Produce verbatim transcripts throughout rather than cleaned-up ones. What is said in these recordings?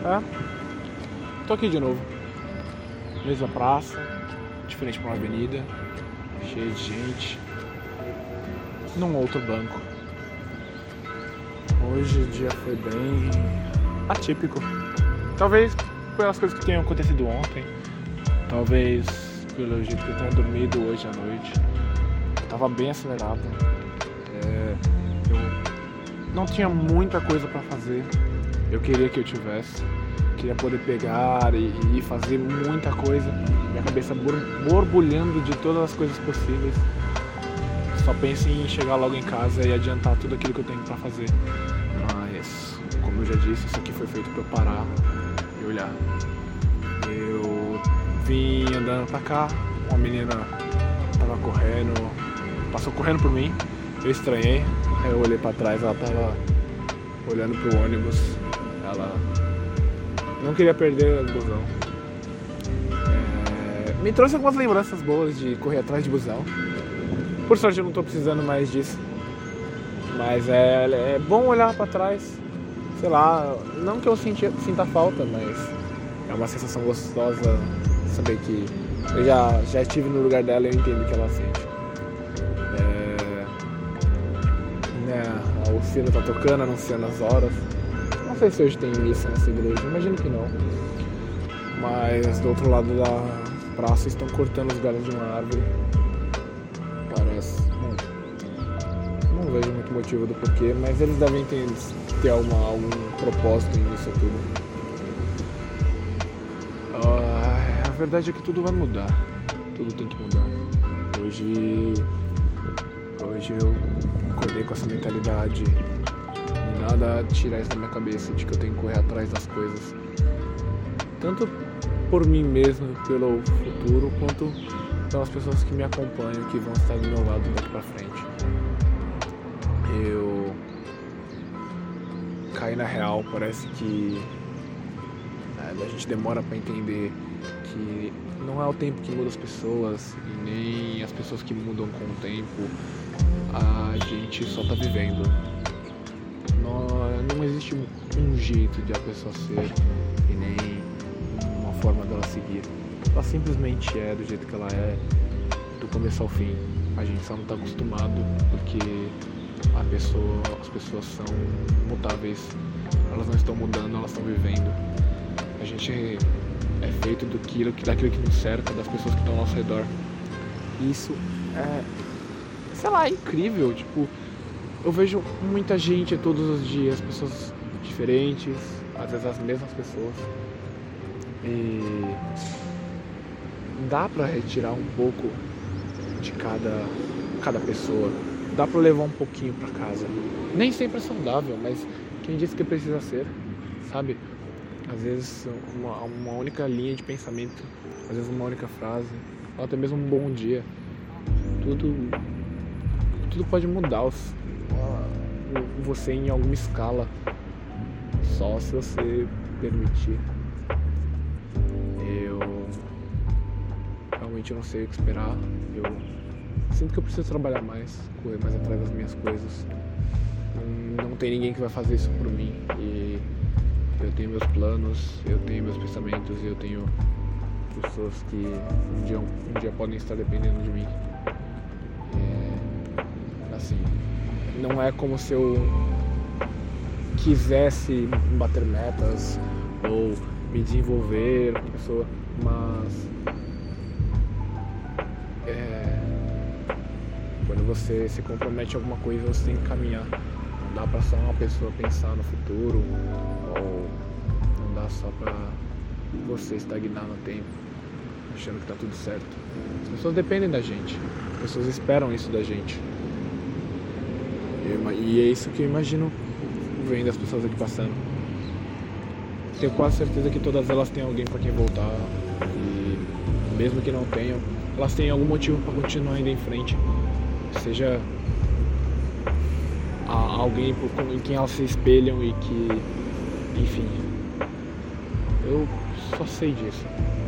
É, tô aqui de novo. Mesma praça, diferente pra uma avenida, cheia de gente, num outro banco. Hoje o dia foi bem atípico. Talvez pelas coisas que tenham acontecido ontem, talvez pelo jeito que eu tenha dormido hoje à noite. Eu tava bem acelerado. É, eu não tinha muita coisa pra fazer. Eu queria que eu tivesse. Queria poder pegar e, e fazer muita coisa. Minha cabeça borbulhando de todas as coisas possíveis. Só penso em chegar logo em casa e adiantar tudo aquilo que eu tenho pra fazer. Mas, como eu já disse, isso aqui foi feito pra eu parar e olhar. Eu vim andando pra cá, uma menina tava correndo, passou correndo por mim, eu estranhei, aí eu olhei pra trás, ela tava olhando pro ônibus, ela não queria perder o busão. É, me trouxe algumas lembranças boas de correr atrás de busão. Por sorte eu não tô precisando mais disso, mas é, é bom olhar pra trás, sei lá, não que eu sinta, sinta falta, mas é uma sensação gostosa saber que eu já, já estive no lugar dela e eu entendo o que ela sente. É, né, o sino tá tocando, anunciando as horas. Não sei se hoje tem missa nessa igreja, imagino que não. Mas do outro lado da praça estão cortando os galhos de uma árvore. Parece. Não, não vejo muito motivo do porquê, mas eles devem ter, ter alguma, algum propósito nisso tudo. Uh, a verdade é que tudo vai mudar. Tudo tem que mudar. Hoje, hoje eu acordei com essa mentalidade e nada tirar isso da minha cabeça de que eu tenho que correr atrás das coisas. Tanto por mim mesmo, pelo futuro, quanto pelas pessoas que me acompanham, que vão estar do meu lado daqui pra frente. Eu caí na real, parece que é, a gente demora pra entender que não é o tempo que muda as pessoas e nem as pessoas que mudam com o tempo. A gente só tá vivendo. Não, não existe um jeito de a pessoa ser e nem uma forma dela seguir. Ela simplesmente é do jeito que ela é, do começo ao fim. A gente só não tá acostumado porque a pessoa, as pessoas são mutáveis. Elas não estão mudando, elas estão vivendo. A gente é feito daquilo, daquilo que nos cerca, das pessoas que estão ao nosso redor. E isso é, sei lá, é incrível. Tipo, eu vejo muita gente todos os dias, pessoas diferentes, às vezes as mesmas pessoas. E dá pra retirar um pouco de cada, cada pessoa. Dá pra levar um pouquinho pra casa. Nem sempre é saudável, mas quem disse que precisa ser, sabe? Às vezes uma, uma única linha de pensamento, às vezes uma única frase, ou até mesmo um bom dia. Tudo, tudo pode mudar os, você em alguma escala, só se você permitir. Eu realmente não sei o que esperar. Eu sinto que eu preciso trabalhar mais, correr mais atrás das minhas coisas. Não, não tem ninguém que vai fazer isso por mim. E eu tenho meus planos, eu tenho meus pensamentos e eu tenho pessoas que um dia, um dia podem estar dependendo de mim. É, assim, não é como se eu quisesse bater metas ou me desenvolver como pessoa, mas é, quando você se compromete a alguma coisa, você tem que caminhar. Não dá pra só uma pessoa pensar no futuro, ou não dá só pra você estagnar no tempo, achando que tá tudo certo. As pessoas dependem da gente, as pessoas esperam isso da gente. E é isso que eu imagino vendo as pessoas aqui passando. Tenho quase certeza que todas elas têm alguém pra quem voltar, e mesmo que não tenham, elas têm algum motivo pra continuar indo em frente. Seja alguém em quem elas se espelham e que, enfim, eu só sei disso.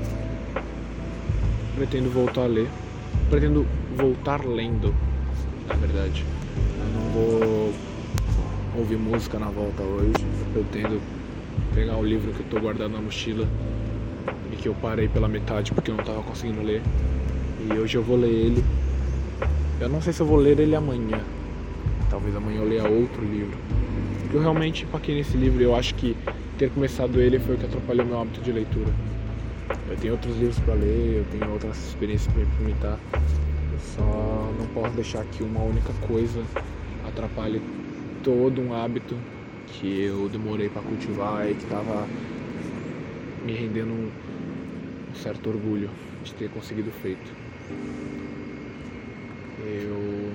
Pretendo voltar a ler, pretendo voltar lendo, na verdade. Eu não vou ouvir música na volta hoje, eu pretendo pegar o livro que eu tô guardando na mochila e que eu parei pela metade porque eu não tava conseguindo ler. E hoje eu vou ler ele. Eu não sei se eu vou ler ele amanhã. Talvez amanhã eu leia outro livro. Porque eu realmente empaquei nesse livro e eu acho que ter começado ele foi o que atrapalhou meu hábito de leitura. Eu tenho outros livros para ler, eu tenho outras experiências para implementar. Eu só não posso deixar que uma única coisa atrapalhe todo um hábito que eu demorei para cultivar e que estava me rendendo um certo orgulho de ter conseguido feito. Eu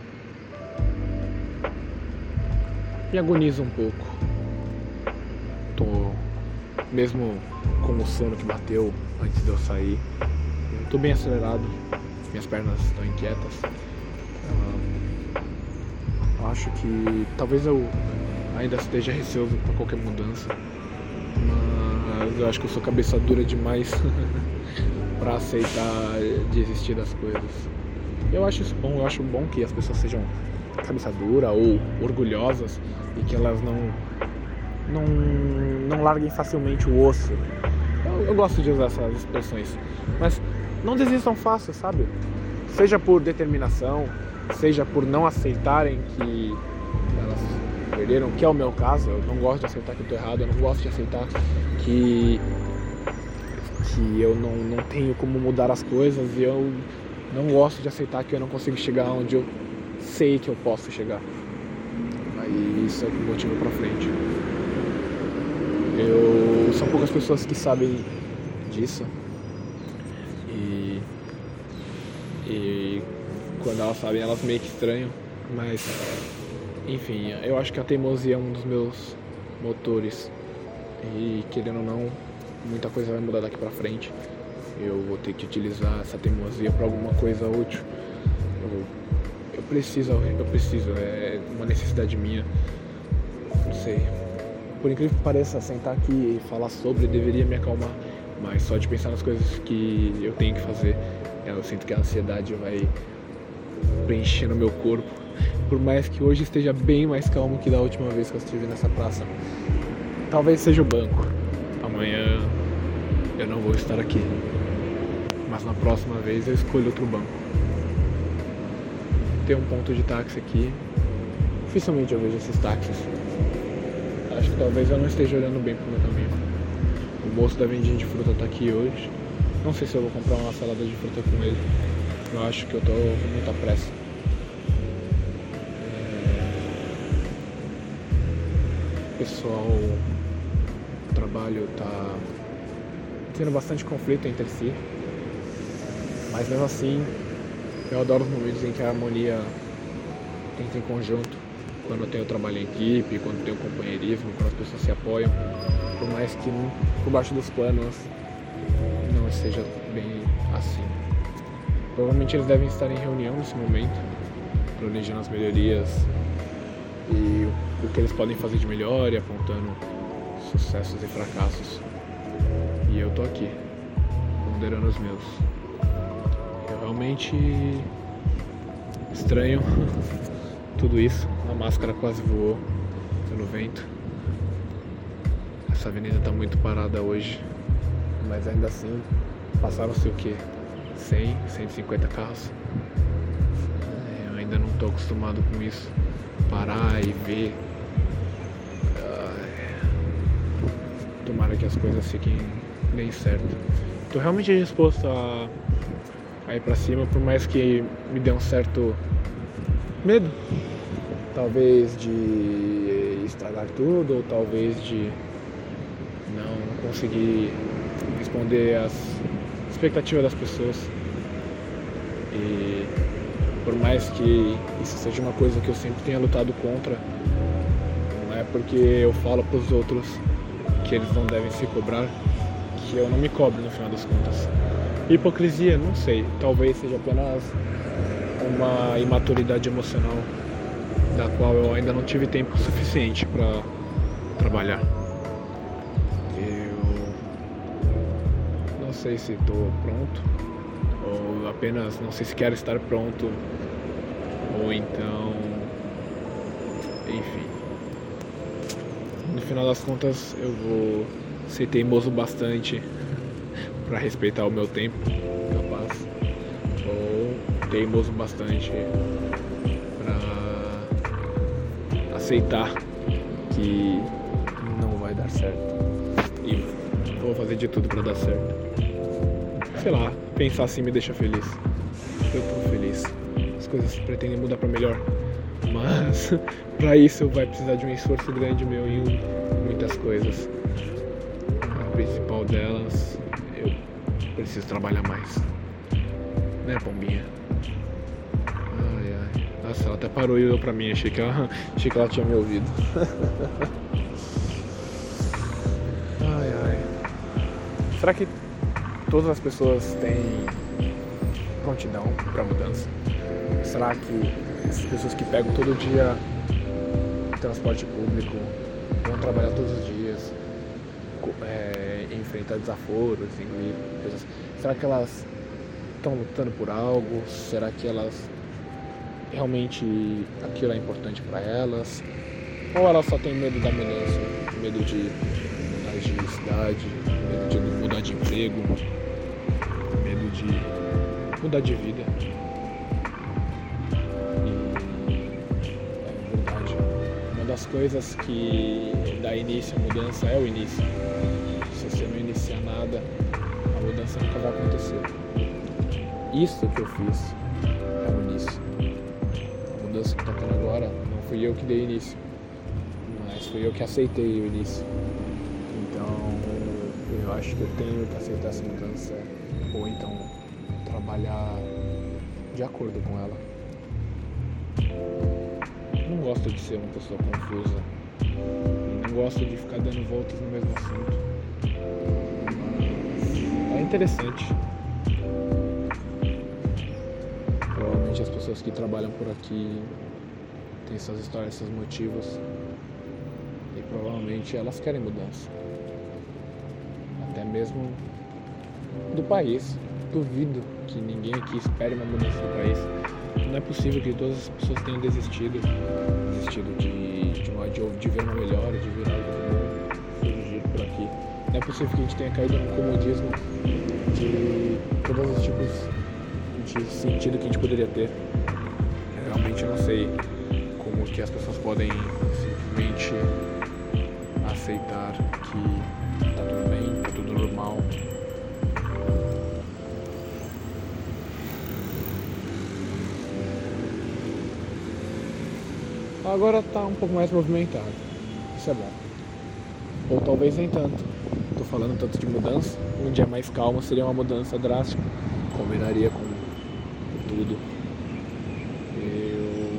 me agonizo um pouco. Tô, mesmo com o sono que bateu antes de eu sair, eu tô bem acelerado, minhas pernas estão inquietas. Eu acho que talvez eu ainda esteja receoso para qualquer mudança, mas eu acho que eu sou cabeça dura demais para aceitar desistir das coisas. Eu acho isso bom, eu acho bom que as pessoas sejam cabeça dura ou orgulhosas e que elas não não, não larguem facilmente o osso. Eu, eu gosto de usar essas expressões, mas não desistam fácil, sabe? Seja por determinação, seja por não aceitarem que elas perderam, que é o meu caso. Eu não gosto de aceitar que eu tô errado, eu não gosto de aceitar que, que eu não, não tenho como mudar as coisas, e eu não gosto de aceitar que eu não consigo chegar onde eu sei que eu posso chegar. Aí isso é o que me motiva pra frente. Eu, são poucas pessoas que sabem disso. E, e quando elas sabem, elas meio que estranham. Mas, enfim, eu acho que a teimosia é um dos meus motores. E, querendo ou não, muita coisa vai mudar daqui pra frente. Eu vou ter que utilizar essa teimosia pra alguma coisa útil. Eu, eu preciso, eu preciso, é uma necessidade minha. Não sei. Por incrível que pareça, sentar aqui e falar sobre deveria me acalmar. Mas só de pensar nas coisas que eu tenho que fazer, eu sinto que a ansiedade vai preenchendo meu corpo. Por mais que hoje esteja bem mais calmo que da última vez que eu estive nessa praça. Talvez seja o banco. Amanhã eu não vou estar aqui. Mas na próxima vez eu escolho outro banco. Tem um ponto de táxi aqui. Dificilmente eu vejo esses táxis. Acho que talvez eu não esteja olhando bem pro meu caminho. O moço da vendinha de fruta tá aqui hoje. Não sei se eu vou comprar uma salada de fruta com ele. Eu acho que eu tô com muita pressa. É... O pessoal do trabalho tá tendo bastante conflito entre si. Mas mesmo assim, eu adoro os momentos em que a harmonia entra em conjunto. Quando tem o trabalho em equipe, quando tem o companheirismo, quando as pessoas se apoiam. Por mais que por baixo dos panos não seja bem assim. Provavelmente eles devem estar em reunião nesse momento, planejando as melhorias e o que eles podem fazer de melhor e apontando sucessos e fracassos. E eu tô aqui, ponderando os meus. Eu realmente estranho tudo isso. A máscara quase voou pelo vento. Essa avenida tá muito parada hoje, mas ainda assim passaram-se o quê? cem, cento e cinquenta carros. É, eu ainda não tô acostumado com isso. Parar e ver. Tomara que as coisas fiquem bem certo. Tô realmente disposto a, a ir pra cima, por mais que me dê um certo medo. Talvez de estragar tudo, ou talvez de não conseguir responder às expectativas das pessoas. E por mais que isso seja uma coisa que eu sempre tenha lutado contra, não é porque eu falo pros outros que eles não devem se cobrar que eu não me cobro no final das contas. Hipocrisia, não sei, talvez seja apenas uma imaturidade emocional da qual eu ainda não tive tempo suficiente para trabalhar. Eu não sei se estou pronto, ou apenas não sei se quero estar pronto, ou então, enfim. No final das contas eu vou ser teimoso bastante pra respeitar o meu tempo, capaz, ou teimoso bastante pra aceitar que não vai dar certo e vou fazer de tudo pra dar certo. Sei lá, pensar assim me deixa feliz. Eu tô feliz. As coisas pretendem mudar pra melhor, mas pra isso vai precisar de um esforço grande meu em muitas coisas. A principal delas, eu preciso trabalhar mais, né, pombinha? Ai, ai. Nossa, ela até parou e olhou pra mim. Achei que ela, achei que ela tinha me ouvido. Ai, ai. Será que todas as pessoas têm prontidão pra mudança? Será que essas pessoas que pegam todo dia transporte público, vão trabalhar todos os dias, é, enfrentar desaforos, engolir coisas, será que elas estão lutando por algo? Será que elas realmente aquilo é importante para elas? Ou elas só têm medo da mudança, medo de mudar de cidade, medo de mudar de emprego, medo de mudar de vida? As coisas que dá início à mudança é o início. Se você não iniciar nada, a mudança nunca vai acontecer. Isso que eu fiz é o início. A mudança que está tendo agora não fui eu que dei início, mas fui eu que aceitei o início. Então eu acho que eu tenho que aceitar essa mudança, ou então trabalhar de acordo com ela. Não gosto de ser uma pessoa confusa, não gosto de ficar dando voltas no mesmo assunto, mas é interessante. Provavelmente as pessoas que trabalham por aqui têm suas histórias, seus motivos, e provavelmente elas querem mudança, até mesmo do país. Duvido que ninguém aqui espere uma mudança do país. Não é possível que todas as pessoas tenham desistido, desistido de, de, uma, de, de ver uma melhora, de ver algo bom surgir por aqui. Não é possível que a gente tenha caído num comodismo de todos os tipos de sentido que a gente poderia ter. Eu realmente não sei como que as pessoas podem simplesmente aceitar que tá tudo bem, tá tudo normal. Agora tá um pouco mais movimentado, isso é bom. Ou talvez nem tanto. Tô falando tanto de mudança, um dia mais calmo seria uma mudança drástica, combinaria com tudo. Eu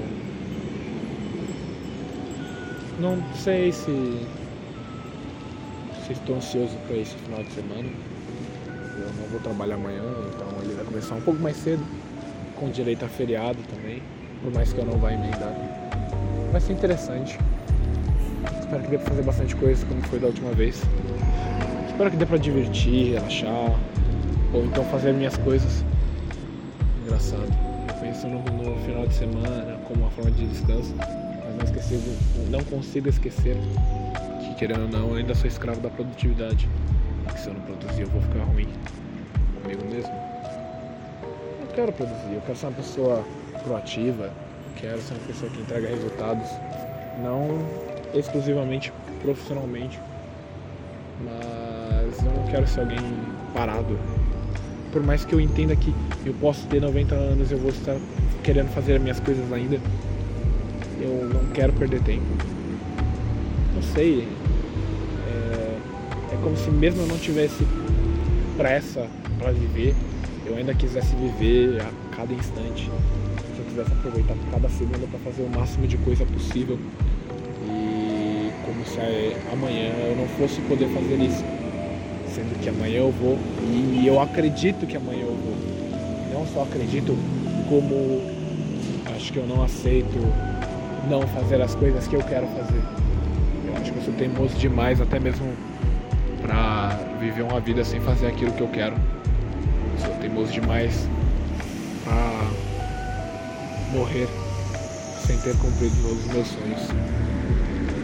não sei se, se estou ansioso para esse final de semana. Eu não vou trabalhar amanhã, então ele vai começar um pouco mais cedo, com direito a feriado também, por mais que eu não vá emendar. Vai ser interessante. Espero que dê pra fazer bastante coisa como foi da última vez. Espero que dê pra divertir, relaxar, ou então fazer minhas coisas. Engraçado. Eu penso no, no final de semana como uma forma de descanso, mas não, esqueci, não consigo esquecer que, querendo ou não, eu ainda sou escravo da produtividade. Que se eu não produzir eu vou ficar ruim comigo mesmo. Eu quero produzir, eu quero ser uma pessoa proativa. Quero ser uma pessoa que entrega resultados, não exclusivamente profissionalmente, mas eu não quero ser alguém parado. Por mais que eu entenda que eu posso ter noventa anos, eu vou estar querendo fazer as minhas coisas ainda, eu não quero perder tempo. Não sei, é, é como se mesmo eu não tivesse pressa para viver, eu ainda quisesse viver a cada instante. Se eu quisesse aproveitar cada segundo para fazer o máximo de coisa possível, e como se amanhã eu não fosse poder fazer isso, sendo que amanhã eu vou, e eu acredito que amanhã eu vou. Não só acredito, como acho que eu não aceito não fazer as coisas que eu quero fazer. Eu acho que eu sou teimoso demais, até mesmo para viver uma vida sem fazer aquilo que eu quero. Eu sou teimoso demais para morrer sem ter cumprido todos os meus sonhos.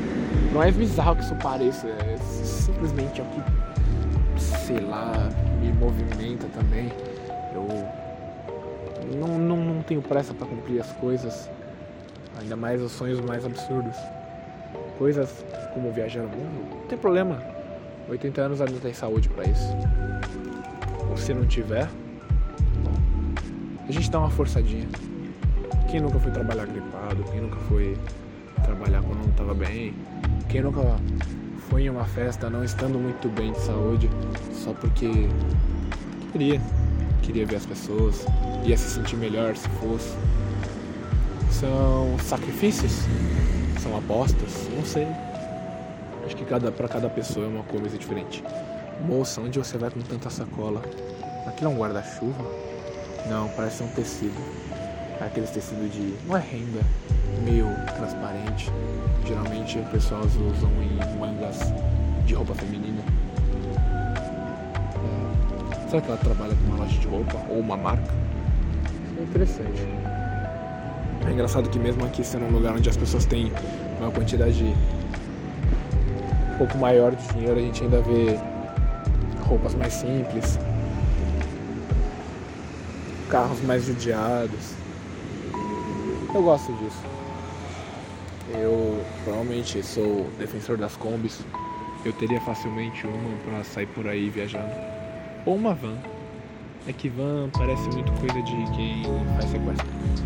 Por mais bizarro que isso pareça, é simplesmente é o que, sei lá, me movimenta também. Eu não, não, não tenho pressa pra cumprir as coisas, ainda mais os sonhos mais absurdos. Coisas como viajar no mundo, não tem problema. oitenta anos ainda tem saúde pra isso. Ou se não tiver, bom, a gente dá uma forçadinha. Quem nunca foi trabalhar gripado? Quem nunca foi trabalhar quando não estava bem? Quem nunca foi em uma festa não estando muito bem de saúde só porque queria, queria ver as pessoas, ia se sentir melhor se fosse? São sacrifícios? São apostas? Não sei. Acho que cada, pra cada pessoa é uma coisa diferente. Moça, onde você vai com tanta sacola? Aquilo é um guarda-chuva? Não, parece um tecido. Aqueles tecidos de... não é renda, meio transparente. Geralmente o pessoal usam em mangas de roupa feminina. Será que ela trabalha com uma loja de roupa ou uma marca? É interessante. É engraçado que mesmo aqui sendo um lugar onde as pessoas têm uma quantidade um pouco maior de dinheiro, a gente ainda vê roupas mais simples, carros mais judiados. Eu gosto disso. Eu provavelmente sou defensor das combis. Eu teria facilmente uma pra sair por aí viajando. Ou uma van. É que van parece muito coisa de quem faz sequestro.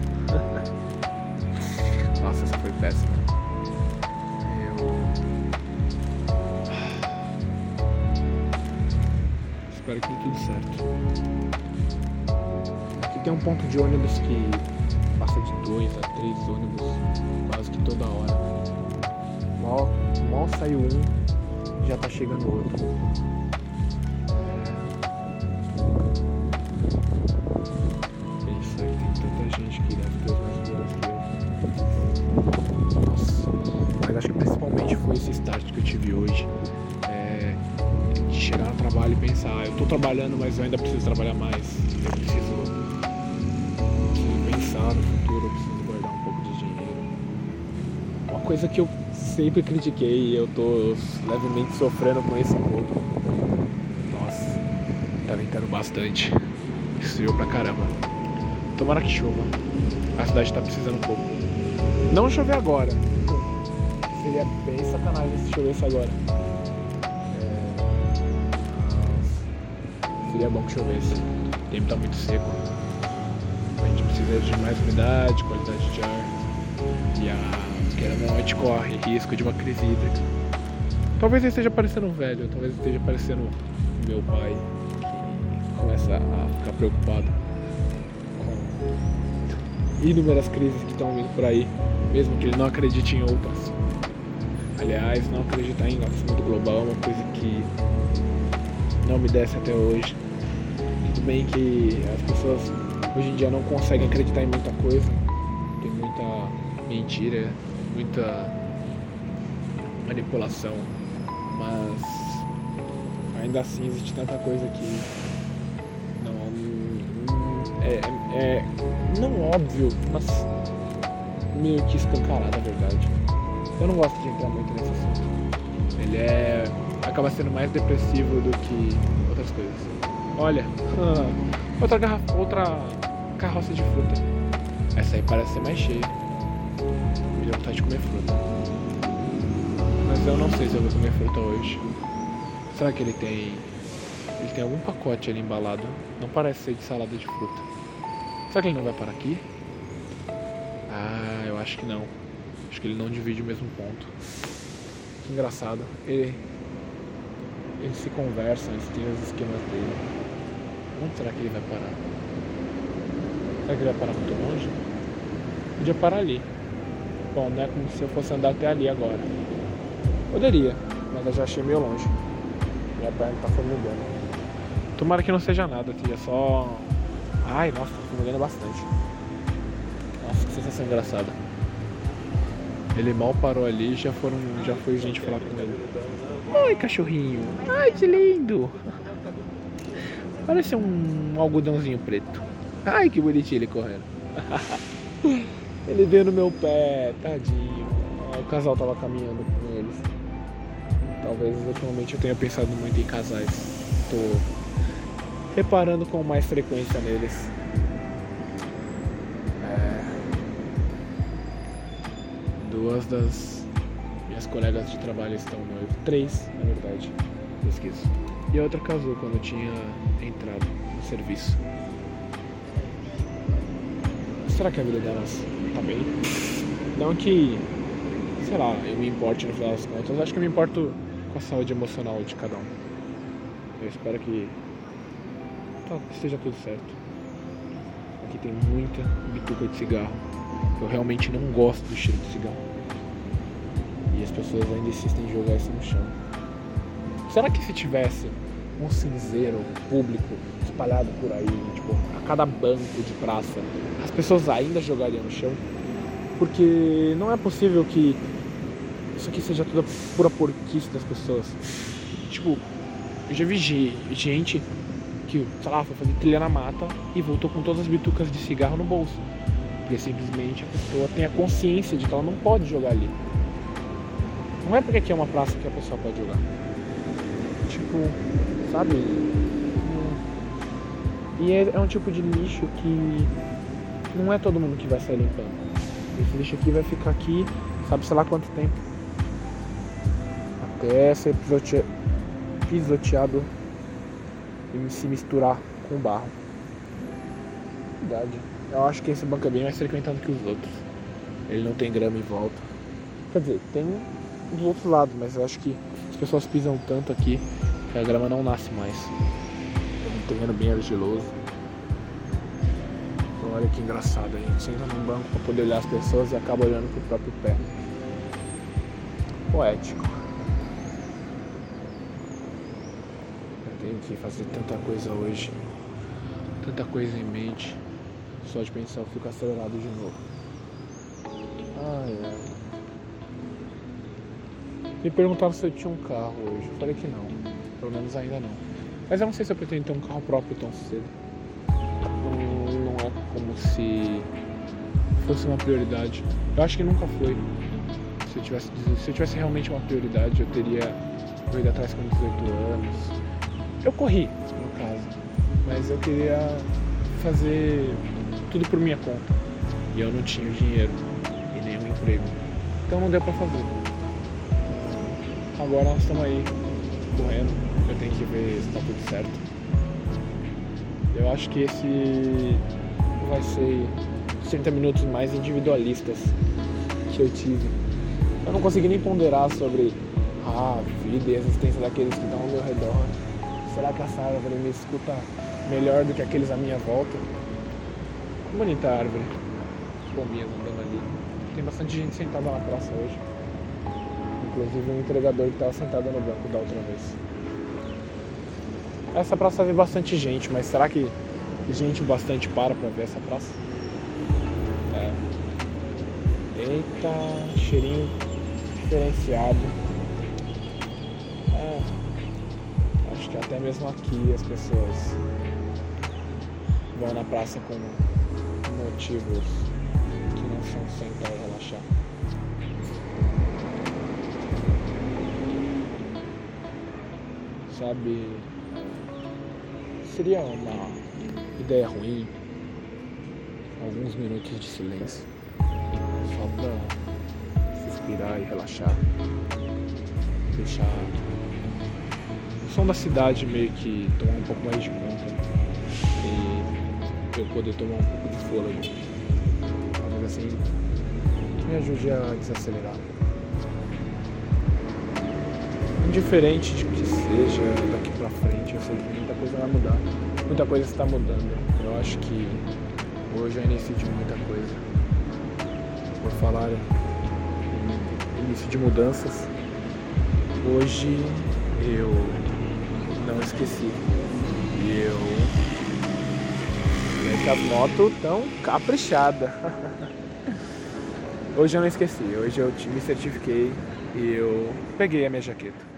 Nossa, essa foi péssima. Eu... espero que dê tudo certo. Aqui tem um ponto de ônibus que passa de dois a três ônibus quase que toda hora. Mal, mal saiu um, já tá chegando outro. Pensa que tem tanta gente que deve ter as mesmas que eu. Nossa, mas acho que principalmente foi esse start que eu tive hoje. É, de chegar no trabalho e pensar, ah, eu tô trabalhando, mas eu ainda preciso trabalhar mais. Eu preciso no futuro, eu preciso guardar um pouco de dinheiro. Uma coisa que eu sempre critiquei e eu tô levemente sofrendo com esse pouco. Nossa, tá ventando bastante. Esfriou pra caramba. Tomara que chova. A cidade tá precisando um pouco. Não chover agora. Seria bem sacanagem se chovesse agora. É... Seria bom que chovesse. O tempo tá muito seco. A gente precisa de mais umidade, qualidade de ar. E a querendo a gente corre risco de uma crise hídrica. Talvez eu esteja parecendo um velho, talvez eu esteja parecendo meu pai, que começa a ficar preocupado com inúmeras crises que estão vindo por aí, mesmo que ele não acredite em outras. Aliás, não acreditar em aquecimento global é uma coisa que não me desce até hoje. Tudo bem que as pessoas hoje em dia não conseguem acreditar em muita coisa, tem muita mentira, muita manipulação, mas ainda assim existe tanta coisa que não é, é, é não óbvio, mas meio que escancarada a verdade. Eu não gosto de entrar muito nesse assunto. Ele é acaba sendo mais depressivo do que outras coisas. Olha, ah, outra garrafa, outra carroça de fruta. Essa aí parece ser mais cheia. Me deu vontade de comer fruta. Mas eu não sei se eu vou comer fruta hoje. Será que ele tem... Ele tem algum pacote ali embalado? Não parece ser de salada de fruta. Será que ele não vai parar aqui? Ah, eu acho que não. Acho que ele não divide o mesmo ponto. Que engraçado. Ele... Eles se conversam, eles têm os esquemas dele. Onde será que ele vai parar? Será que ele vai parar muito longe? Podia parar ali. Bom, não é como se eu fosse andar até ali agora. Poderia, mas eu já achei meio longe. Minha perna tá formigando. Tomara que não seja nada, tia. Só... Ai, nossa, tá formigando bastante. Nossa, que sensação engraçada. Ele mal parou ali e já, foram, já foi gente falar com ele. Oi, cachorrinho. Ai, que lindo. Parece um algodãozinho preto. Ai, que bonitinho ele correndo. Ele veio no meu pé, tadinho. O casal tava caminhando com eles. Talvez ultimamente eu tenha pensado muito em casais. Tô reparando com mais frequência neles. É... Duas das minhas colegas de trabalho estão noivas. Três, na verdade. Pesquiso. E a outra casou quando eu tinha entrado no serviço. Será que a vida delas tá bem? Não que, sei lá, eu me importe no final das contas. Eu acho que eu me importo com a saúde emocional de cada um. Eu espero que tá, esteja tudo certo. Aqui tem muita bituca de cigarro. Eu realmente não gosto do cheiro de cigarro. E as pessoas ainda insistem em jogar isso no chão. Será que se tivesse um cinzeiro público espalhado por aí, tipo, a cada banco de praça, as pessoas ainda jogariam no chão? Porque não é possível que isso aqui seja toda pura porquice das pessoas. Tipo, eu já vi gente que, sei lá, foi fazer trilha na mata e voltou com todas as bitucas de cigarro no bolso. Porque simplesmente a pessoa tem a consciência de que ela não pode jogar ali. Não é porque aqui é uma praça que a pessoa pode jogar. Tipo, sabe? E é, é um tipo de lixo que não é todo mundo que vai sair limpando. Esse lixo aqui vai ficar aqui, sabe sei lá quanto tempo. Até ser pisote... pisoteado e se misturar com o barro. Verdade. Eu acho que esse banco é bem mais frequentado que os outros. Ele não tem grama em volta. Quer dizer, tem dos outros lados, mas eu acho que as pessoas pisam tanto aqui que a grama não nasce mais. É um terreno bem argiloso. Então, olha que engraçado, a gente senta num banco para poder olhar as pessoas e acaba olhando pro próprio pé. Poético. Eu tenho que fazer tanta coisa hoje, tanta coisa em mente. Só de pensar eu fico acelerado de novo. Ai, ai. Me perguntaram se eu tinha um carro hoje. Eu falei que não. Pelo menos ainda não. Mas eu não sei se eu pretendo ter um carro próprio tão cedo. Não, não é como se fosse uma prioridade. Eu acho que nunca foi. Se eu tivesse, se eu tivesse realmente uma prioridade, eu teria corrido atrás com dezoito anos. Eu corri, no caso. Mas eu queria fazer tudo por minha conta. E eu não tinha o dinheiro e nem o emprego. Então não deu pra fazer. Agora nós estamos aí correndo, eu tenho que ver se tá tudo certo. Eu acho que esse vai ser os trinta minutos mais individualistas que eu tive. Eu não consegui nem ponderar sobre a vida e a existência daqueles que estão ao meu redor. Será que essa árvore me escuta melhor do que aqueles à minha volta? Bonita a árvore, pombinhas andando ali. Tem bastante gente sentada na praça hoje. Inclusive um entregador que estava sentado no banco da outra vez. Essa praça vê bastante gente, mas será que gente bastante para pra ver essa praça? É. Eita, cheirinho diferenciado. É. Acho que até mesmo aqui as pessoas vão na praça com motivos que não são sentar e relaxar. Sabe, seria uma ideia ruim alguns minutos de silêncio só pra se inspirar e relaxar, deixar o som da cidade meio que tomar um pouco mais de conta e eu poder tomar um pouco de fôlego, talvez assim me ajude a desacelerar. Indiferente de que seja daqui pra frente, eu sei que muita coisa vai mudar, muita coisa está mudando. Eu acho que hoje é o início de muita coisa. Por falar em início de mudanças, hoje eu não esqueci. E eu vejo que as motos estão caprichadas. Hoje eu não esqueci, hoje eu me certifiquei e eu peguei a minha jaqueta.